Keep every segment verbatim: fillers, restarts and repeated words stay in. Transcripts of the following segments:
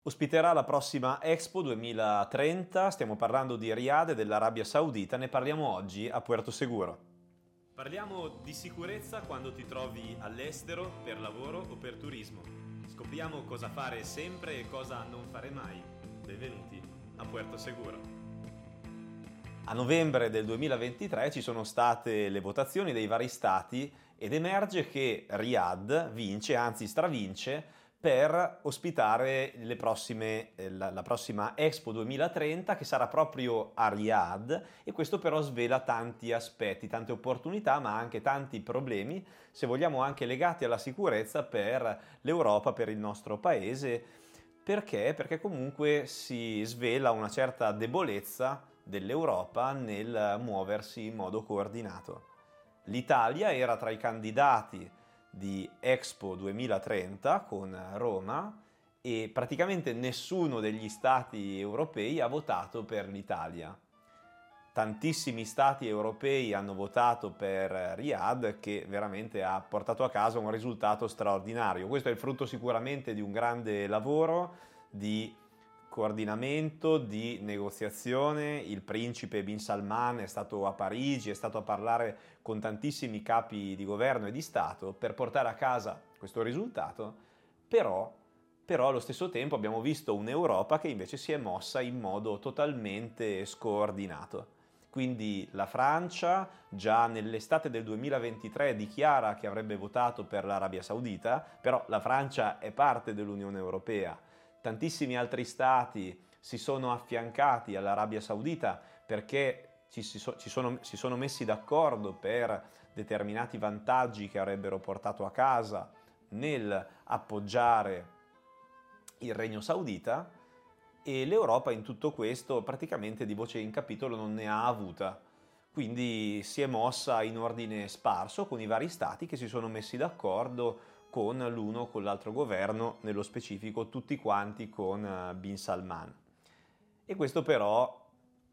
Ospiterà la prossima Expo duemilatrenta, stiamo parlando di Riyadh e dell'Arabia Saudita, ne parliamo oggi a Puerto Seguro. Parliamo di sicurezza quando ti trovi all'estero, per lavoro o per turismo. Scopriamo cosa fare sempre e cosa non fare mai. Benvenuti a Puerto Seguro. A novembre del duemilaventitré ci sono state le votazioni dei vari stati ed emerge che Riyadh vince, anzi stravince, per ospitare le prossime, eh, la, la prossima Expo duemilatrenta che sarà proprio a Riyadh, e questo però svela tanti aspetti, tante opportunità ma anche tanti problemi, se vogliamo anche legati alla sicurezza per l'Europa, per il nostro paese. Perché? Perché comunque si svela una certa debolezza dell'Europa nel muoversi in modo coordinato. L'Italia era tra i candidati di Expo duemilatrenta con Roma e praticamente nessuno degli stati europei ha votato per l'Italia. Tantissimi stati europei hanno votato per Riyadh, che veramente ha portato a casa un risultato straordinario. Questo è il frutto sicuramente di un grande lavoro di coordinamento, di negoziazione. Il principe Bin Salman è stato a Parigi, è stato a parlare con tantissimi capi di governo e di Stato per portare a casa questo risultato, però, però allo stesso tempo abbiamo visto un'Europa che invece si è mossa in modo totalmente scoordinato. Quindi la Francia già nell'estate del duemilaventitré dichiara che avrebbe votato per l'Arabia Saudita, però la Francia è parte dell'Unione Europea. Tantissimi altri stati si sono affiancati all'Arabia Saudita perché ci si, so, ci sono, si sono messi d'accordo per determinati vantaggi che avrebbero portato a casa nel appoggiare il Regno Saudita, e l'Europa in tutto questo praticamente di voce in capitolo non ne ha avuta. Quindi si è mossa in ordine sparso con i vari stati che si sono messi d'accordo con l'uno o con l'altro governo, nello specifico tutti quanti con Bin Salman. E questo però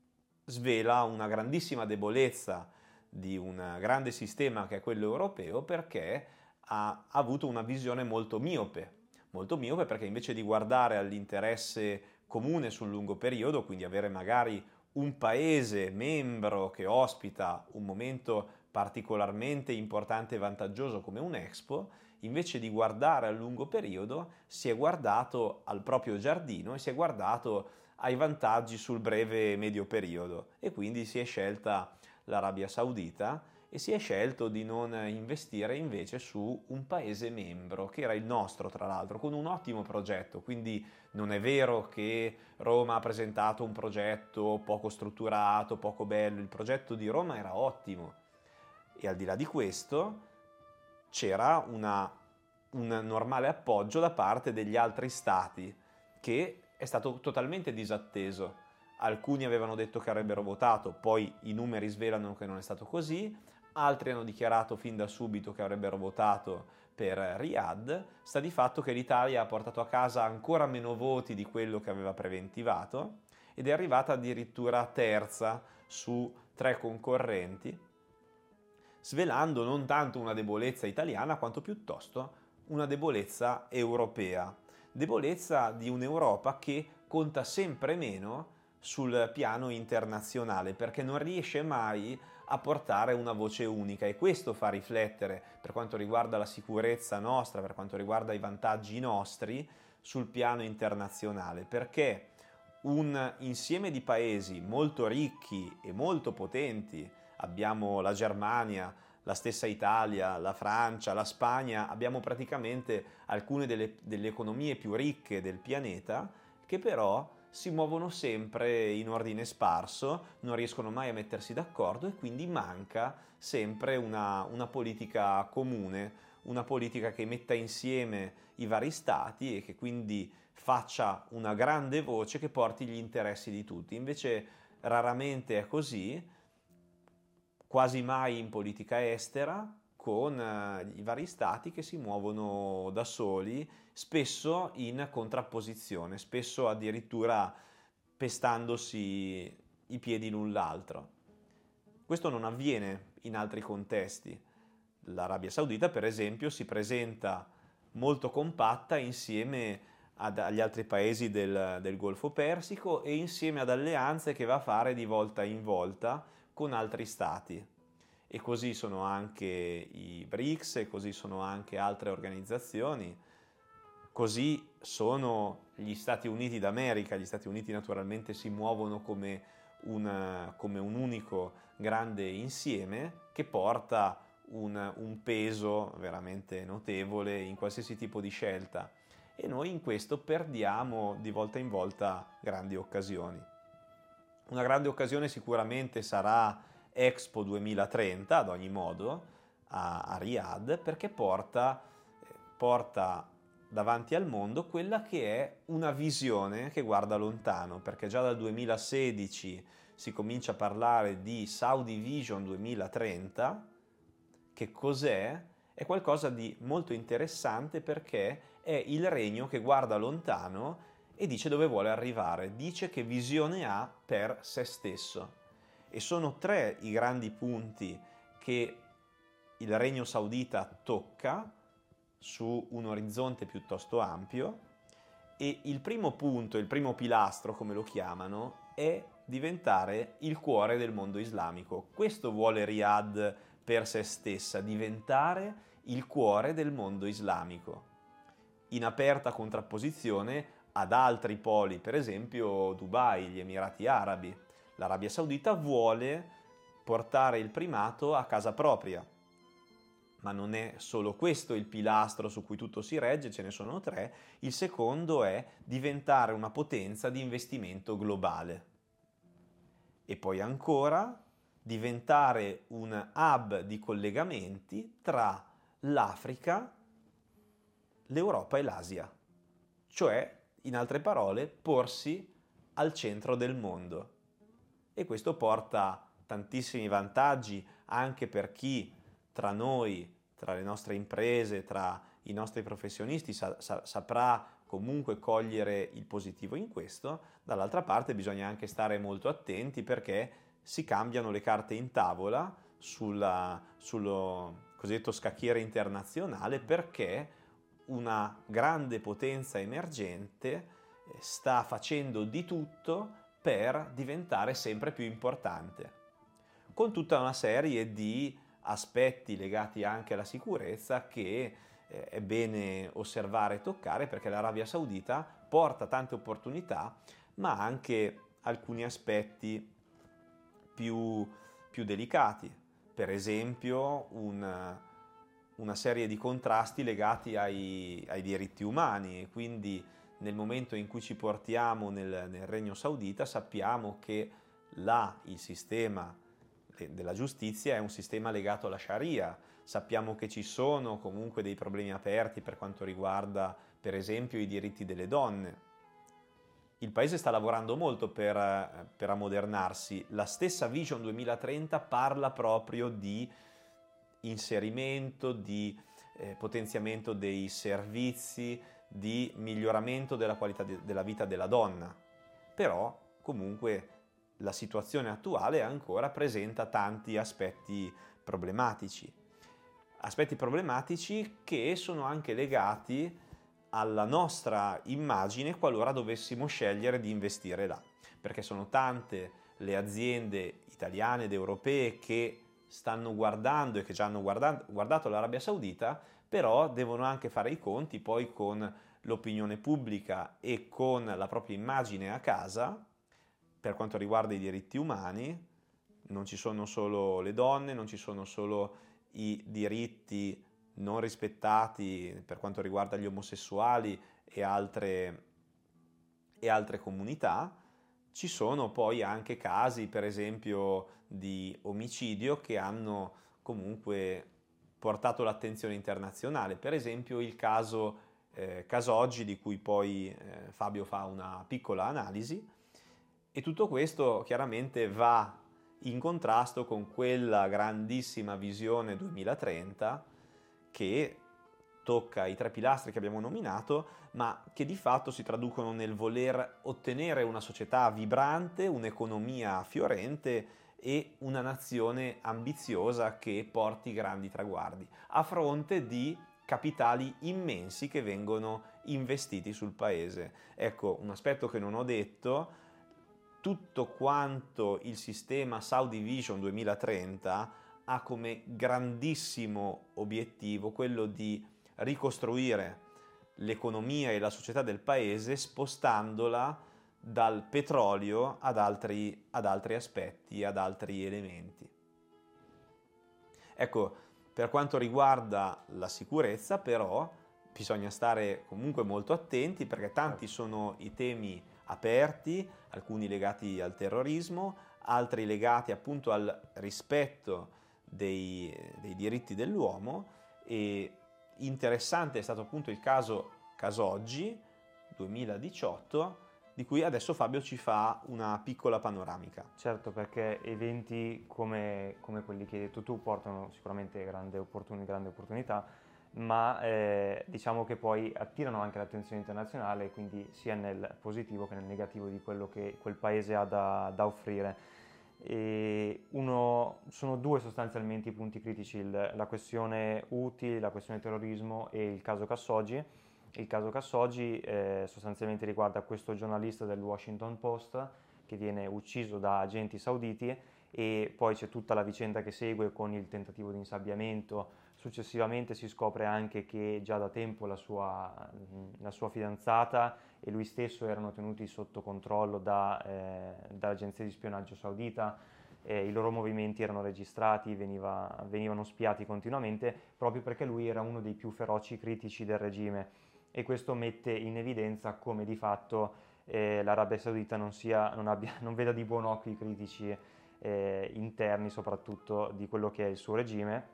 svela una grandissima debolezza di un grande sistema che è quello europeo, perché ha avuto una visione molto miope. Molto miope perché invece di guardare all'interesse comune sul lungo periodo, quindi avere magari un paese membro che ospita un momento particolarmente importante e vantaggioso come un Expo, invece di guardare a lungo periodo si è guardato al proprio giardino e si è guardato ai vantaggi sul breve e medio periodo, e quindi si è scelta l'Arabia Saudita e si è scelto di non investire invece su un paese membro, che era il nostro tra l'altro, con un ottimo progetto. Quindi non è vero che Roma ha presentato un progetto poco strutturato, poco bello, il progetto di Roma era ottimo, e al di là di questo c'era una, un normale appoggio da parte degli altri stati, che è stato totalmente disatteso. Alcuni avevano detto che avrebbero votato, poi i numeri svelano che non è stato così. Altri hanno dichiarato fin da subito che avrebbero votato per Riyadh. Sta di fatto che l'Italia ha portato a casa ancora meno voti di quello che aveva preventivato ed è arrivata addirittura terza su tre concorrenti, svelando non tanto una debolezza italiana quanto piuttosto una debolezza europea. Debolezza di un'Europa che conta sempre meno sul piano internazionale, perché non riesce mai a portare una voce unica, e questo fa riflettere per quanto riguarda la sicurezza nostra, per quanto riguarda i vantaggi nostri sul piano internazionale, perché un insieme di paesi molto ricchi e molto potenti, abbiamo la Germania, la stessa Italia, la Francia, la Spagna, abbiamo praticamente alcune delle, delle economie più ricche del pianeta, che però si muovono sempre in ordine sparso, non riescono mai a mettersi d'accordo, e quindi manca sempre una, una politica comune, una politica che metta insieme i vari stati e che quindi faccia una grande voce che porti gli interessi di tutti. Invece raramente è così, quasi mai in politica estera, con eh, i vari stati che si muovono da soli, spesso in contrapposizione, spesso addirittura pestandosi i piedi l'un l'altro. Questo non avviene in altri contesti. L'Arabia Saudita, per esempio, si presenta molto compatta insieme ad, agli altri paesi del, del Golfo Persico e insieme ad alleanze che va a fare di volta in volta con altri stati. E così sono anche i BRICS, e così sono anche altre organizzazioni, così sono gli Stati Uniti d'America. Gli Stati Uniti naturalmente si muovono come, una, come un unico grande insieme che porta un, un peso veramente notevole in qualsiasi tipo di scelta, e noi in questo perdiamo di volta in volta grandi occasioni. Una grande occasione sicuramente sarà Expo duemilatrenta, ad ogni modo, a, a Riyadh, perché porta, porta davanti al mondo quella che è una visione che guarda lontano, perché già dal duemilasedici si comincia a parlare di Saudi Vision duemilatrenta. Che cos'è? È qualcosa di molto interessante perché è il regno che guarda lontano e dice dove vuole arrivare, dice che visione ha per se stesso. E sono tre i grandi punti che il regno saudita tocca su un orizzonte piuttosto ampio, e il primo punto, il primo pilastro come lo chiamano, è diventare il cuore del mondo islamico. Questo vuole Riyadh per se stessa, diventare il cuore del mondo islamico, in aperta contrapposizione ad altri poli, per esempio Dubai, gli Emirati Arabi. L'Arabia Saudita vuole portare il primato a casa propria, ma non è solo questo il pilastro su cui tutto si regge, ce ne sono tre. Il secondo è diventare una potenza di investimento globale. E poi ancora diventare un hub di collegamenti tra l'Africa, l'Europa e l'Asia. Cioè, in altre parole, porsi al centro del mondo. E questo porta tantissimi vantaggi anche per chi tra noi, tra le nostre imprese, tra i nostri professionisti sa- sa- saprà comunque cogliere il positivo in questo. Dall'altra parte bisogna anche stare molto attenti perché si cambiano le carte in tavola sulla, sullo cosiddetto scacchiere internazionale, perché una grande potenza emergente sta facendo di tutto per diventare sempre più importante, con tutta una serie di aspetti legati anche alla sicurezza che eh, è bene osservare e toccare, perché l'Arabia Saudita porta tante opportunità, ma anche alcuni aspetti più, più delicati, per esempio un, una serie di contrasti legati ai, ai diritti umani, e quindi nel momento in cui ci portiamo nel, nel Regno Saudita sappiamo che là il sistema della giustizia è un sistema legato alla Sharia. Sappiamo che ci sono comunque dei problemi aperti per quanto riguarda, per esempio, i diritti delle donne. Il paese sta lavorando molto per, per ammodernarsi. La stessa Vision duemilatrenta parla proprio di inserimento, di eh, potenziamento dei servizi, di miglioramento della qualità de- della vita della donna. Però, comunque, la situazione attuale ancora presenta tanti aspetti problematici. Aspetti problematici che sono anche legati alla nostra immagine qualora dovessimo scegliere di investire là, perché sono tante le aziende italiane ed europee che stanno guardando e che già hanno guardato, guardato l'Arabia Saudita, però devono anche fare i conti poi con l'opinione pubblica e con la propria immagine a casa. Per quanto riguarda i diritti umani, non ci sono solo le donne, non ci sono solo i diritti non rispettati per quanto riguarda gli omosessuali e altre, e altre comunità, ci sono poi anche casi, per esempio, di omicidio che hanno comunque portato l'attenzione internazionale. Per esempio il caso eh, Khashoggi, di cui poi eh, Fabio fa una piccola analisi. E tutto questo chiaramente va in contrasto con quella grandissima visione duemilatrenta che tocca i tre pilastri che abbiamo nominato, ma che di fatto si traducono nel voler ottenere una società vibrante, un'economia fiorente e una nazione ambiziosa che porti grandi traguardi, a fronte di capitali immensi che vengono investiti sul paese. Ecco, un aspetto che non ho detto: tutto quanto il sistema Saudi Vision duemilatrenta ha come grandissimo obiettivo quello di ricostruire l'economia e la società del paese spostandola dal petrolio ad altri, ad altri aspetti, ad altri elementi. Ecco, per quanto riguarda la sicurezza, però, bisogna stare comunque molto attenti, perché tanti sono i temi aperti, alcuni legati al terrorismo, altri legati appunto al rispetto dei, dei diritti dell'uomo. E interessante è stato appunto il caso Khashoggi duemiladiciotto, di cui adesso Fabio ci fa una piccola panoramica. Certo, perché eventi come, come quelli che hai detto tu portano sicuramente grande, opportun- grande opportunità, ma eh, diciamo che poi attirano anche l'attenzione internazionale, quindi sia nel positivo che nel negativo di quello che quel paese ha da, da offrire. E uno, sono due sostanzialmente i punti critici: il, la questione Houthi, la questione terrorismo e il caso Khashoggi. Il caso Khashoggi eh, sostanzialmente riguarda questo giornalista del Washington Post che viene ucciso da agenti sauditi, e poi c'è tutta la vicenda che segue con il tentativo di insabbiamento. Successivamente si scopre anche che già da tempo la sua, la sua fidanzata e lui stesso erano tenuti sotto controllo da, eh, dall'agenzia di spionaggio saudita. Eh, i loro movimenti erano registrati, veniva, venivano spiati continuamente, proprio perché lui era uno dei più feroci critici del regime, e questo mette in evidenza come di fatto eh, l'Arabia Saudita non, sia, non, abbia, non veda di buon occhio i critici eh, interni soprattutto di quello che è il suo regime,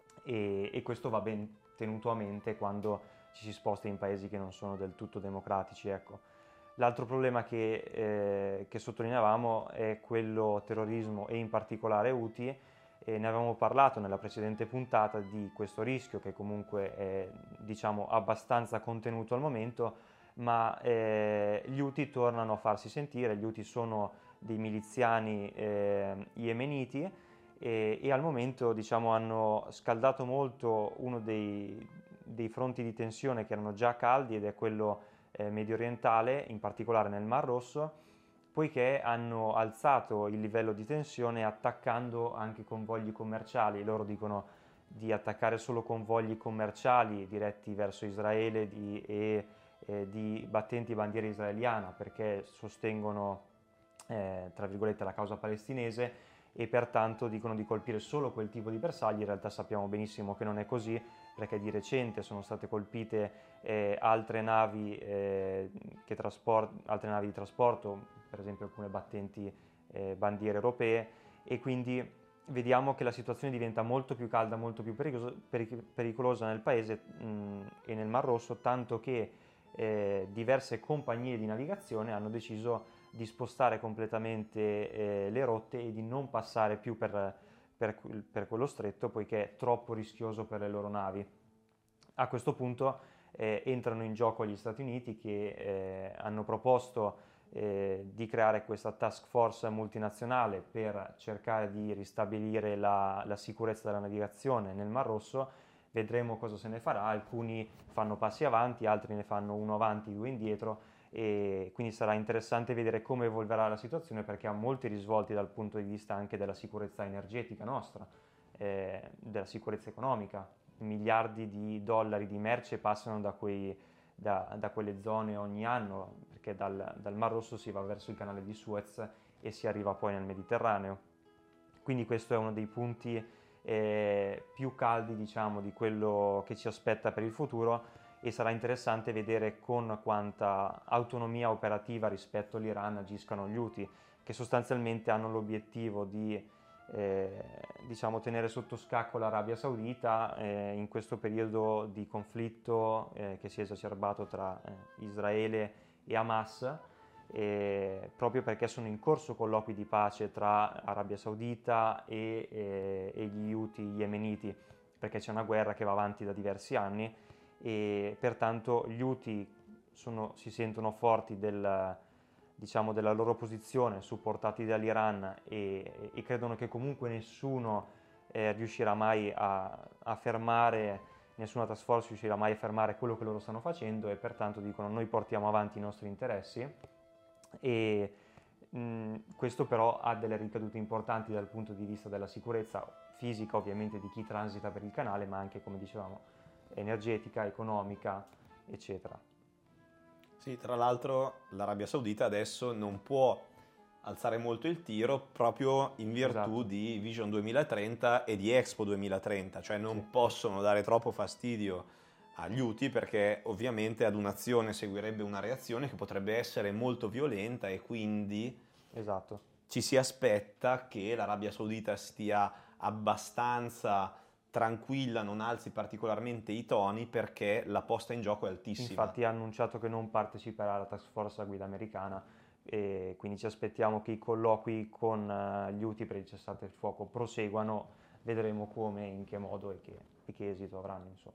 e, e questo va ben tenuto a mente quando ci si sposta in paesi che non sono del tutto democratici. Ecco. L'altro problema che, eh, che sottolineavamo è quello terrorismo, e in particolare Houthi. E ne avevamo parlato nella precedente puntata di questo rischio, che comunque è, diciamo, abbastanza contenuto al momento, ma eh, gli Houthi tornano a farsi sentire. Gli Houthi sono dei miliziani eh, yemeniti, e, e al momento, diciamo, hanno scaldato molto uno dei, dei fronti di tensione che erano già caldi, ed è quello eh, medio orientale, in particolare nel Mar Rosso, poiché hanno alzato il livello di tensione attaccando anche convogli commerciali. Loro dicono di attaccare solo convogli commerciali diretti verso Israele di, e eh, di battenti bandiera israeliana, perché sostengono eh, tra virgolette la causa palestinese, e pertanto dicono di colpire solo quel tipo di bersagli. In realtà sappiamo benissimo che non è così, perché di recente sono state colpite eh, altre navi, eh, che trasport- altre navi di trasporto, per esempio alcune battenti eh, bandiere europee, e quindi vediamo che la situazione diventa molto più calda, molto più pericolosa, pericolosa nel paese mh, e nel Mar Rosso, tanto che eh, diverse compagnie di navigazione hanno deciso di spostare completamente eh, le rotte e di non passare più per, per, per quello stretto, poiché è troppo rischioso per le loro navi. A questo punto eh, entrano in gioco gli Stati Uniti, che eh, hanno proposto eh, di creare questa task force multinazionale per cercare di ristabilire la, la sicurezza della navigazione nel Mar Rosso. Vedremo cosa se ne farà. Alcuni fanno passi avanti, altri ne fanno uno avanti, due indietro, e quindi sarà interessante vedere come evolverà la situazione, perché ha molti risvolti dal punto di vista anche della sicurezza energetica nostra, eh, della sicurezza economica. Miliardi di dollari di merce passano da, quei, da, da quelle zone ogni anno, perché dal, dal Mar Rosso si va verso il canale di Suez e si arriva poi nel Mediterraneo. Quindi questo è uno dei punti eh, più caldi, diciamo, di quello che ci aspetta per il futuro, e sarà interessante vedere con quanta autonomia operativa rispetto all'Iran agiscano gli Houthi, che sostanzialmente hanno l'obiettivo di eh, diciamo, tenere sotto scacco l'Arabia Saudita eh, in questo periodo di conflitto eh, che si è esacerbato tra eh, Israele e Hamas, eh, proprio perché sono in corso colloqui di pace tra Arabia Saudita e, eh, e gli Houthi yemeniti, perché c'è una guerra che va avanti da diversi anni, e pertanto gli Houthi sono, si sentono forti del, diciamo, della loro posizione, supportati dall'Iran, e, e credono che comunque nessuno eh, riuscirà mai a, a fermare nessuna task force riuscirà mai a fermare quello che loro stanno facendo e pertanto dicono noi portiamo avanti i nostri interessi e mh, questo però ha delle ricadute importanti dal punto di vista della sicurezza fisica ovviamente di chi transita per il canale, ma anche come dicevamo energetica, economica, eccetera. Sì, tra l'altro l'Arabia Saudita adesso non può alzare molto il tiro proprio in virtù Esatto. di Vision duemilatrenta e di Expo duemilatrenta, cioè non Sì. possono dare troppo fastidio agli Houthi perché ovviamente ad un'azione seguirebbe una reazione che potrebbe essere molto violenta e quindi Esatto. ci si aspetta che l'Arabia Saudita stia abbastanza tranquilla, non alzi particolarmente i toni perché la posta in gioco è altissima. Infatti ha annunciato che non parteciperà alla task force a guida americana e quindi ci aspettiamo che i colloqui con uh, gli Houthi per il cessate il fuoco proseguano, vedremo come, in che modo e che, e che esito avranno, insomma.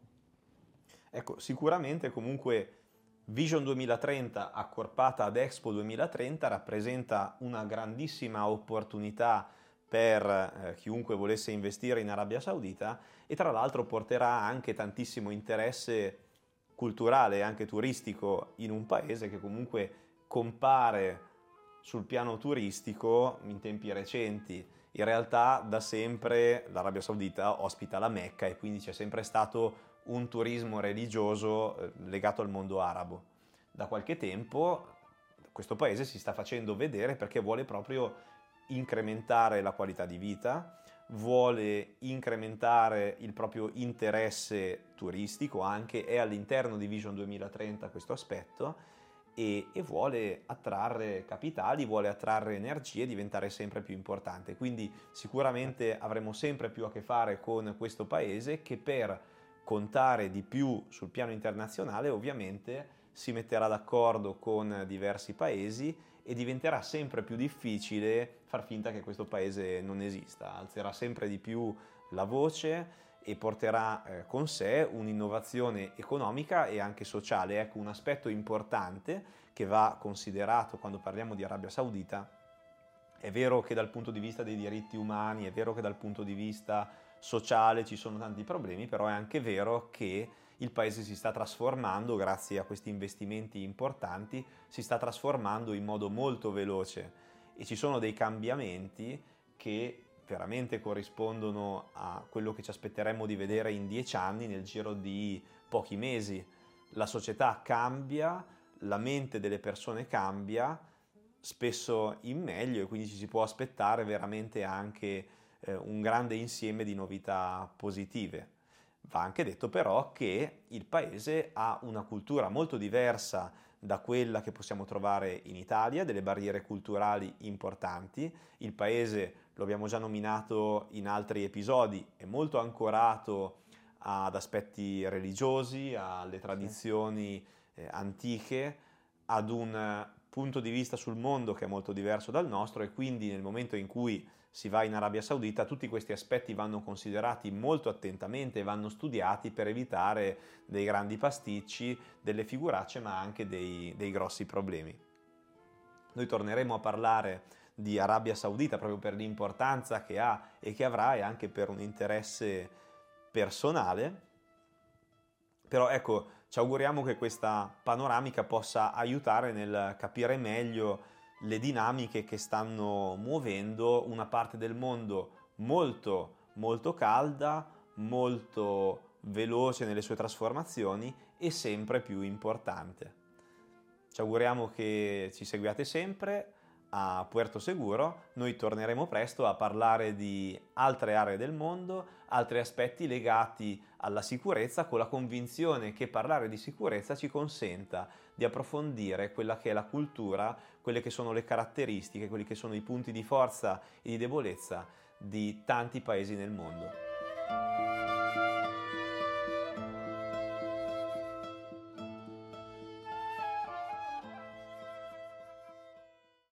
Ecco, sicuramente comunque Vision duemilatrenta accorpata ad Expo duemilatrenta rappresenta una grandissima opportunità per eh, chiunque volesse investire in Arabia Saudita e tra l'altro porterà anche tantissimo interesse culturale e anche turistico in un paese che comunque compare sul piano turistico in tempi recenti. In realtà da sempre l'Arabia Saudita ospita la Mecca e quindi c'è sempre stato un turismo religioso eh, legato al mondo arabo. Da qualche tempo questo paese si sta facendo vedere perché vuole proprio incrementare la qualità di vita, vuole incrementare il proprio interesse turistico, anche è all'interno di Vision duemilatrenta questo aspetto, e, e vuole attrarre capitali, vuole attrarre energie e diventare sempre più importante. Quindi sicuramente avremo sempre più a che fare con questo paese che per contare di più sul piano internazionale ovviamente si metterà d'accordo con diversi paesi e diventerà sempre più difficile far finta che questo paese non esista, alzerà sempre di più la voce e porterà eh, con sé un'innovazione economica e anche sociale. Ecco, un aspetto importante che va considerato quando parliamo di Arabia Saudita. È vero che dal punto di vista dei diritti umani, è vero che dal punto di vista sociale ci sono tanti problemi, però è anche vero che il paese si sta trasformando grazie a questi investimenti importanti, si sta trasformando in modo molto veloce e ci sono dei cambiamenti che veramente corrispondono a quello che ci aspetteremmo di vedere in dieci anni nel giro di pochi mesi. La società cambia, la mente delle persone cambia, spesso in meglio, e quindi ci si può aspettare veramente anche eh, un grande insieme di novità positive. Va anche detto però che il paese ha una cultura molto diversa da quella che possiamo trovare in Italia, delle barriere culturali importanti. Il paese, lo abbiamo già nominato in altri episodi, è molto ancorato ad aspetti religiosi, alle tradizioni eh, antiche, ad un punto di vista sul mondo che è molto diverso dal nostro e quindi nel momento in cui si va in Arabia Saudita, tutti questi aspetti vanno considerati molto attentamente e vanno studiati per evitare dei grandi pasticci, delle figuracce, ma anche dei, dei grossi problemi. Noi torneremo a parlare di Arabia Saudita proprio per l'importanza che ha e che avrà e anche per un interesse personale. Però ecco, ci auguriamo che questa panoramica possa aiutare nel capire meglio le dinamiche che stanno muovendo una parte del mondo molto molto calda, molto veloce nelle sue trasformazioni e sempre più importante. Ci auguriamo che ci seguiate sempre a Puerto Seguro. Noi torneremo presto a parlare di altre aree del mondo, altri aspetti legati alla sicurezza, con la convinzione che parlare di sicurezza ci consenta di approfondire quella che è la cultura, quelle che sono le caratteristiche, quelli che sono i punti di forza e di debolezza di tanti paesi nel mondo.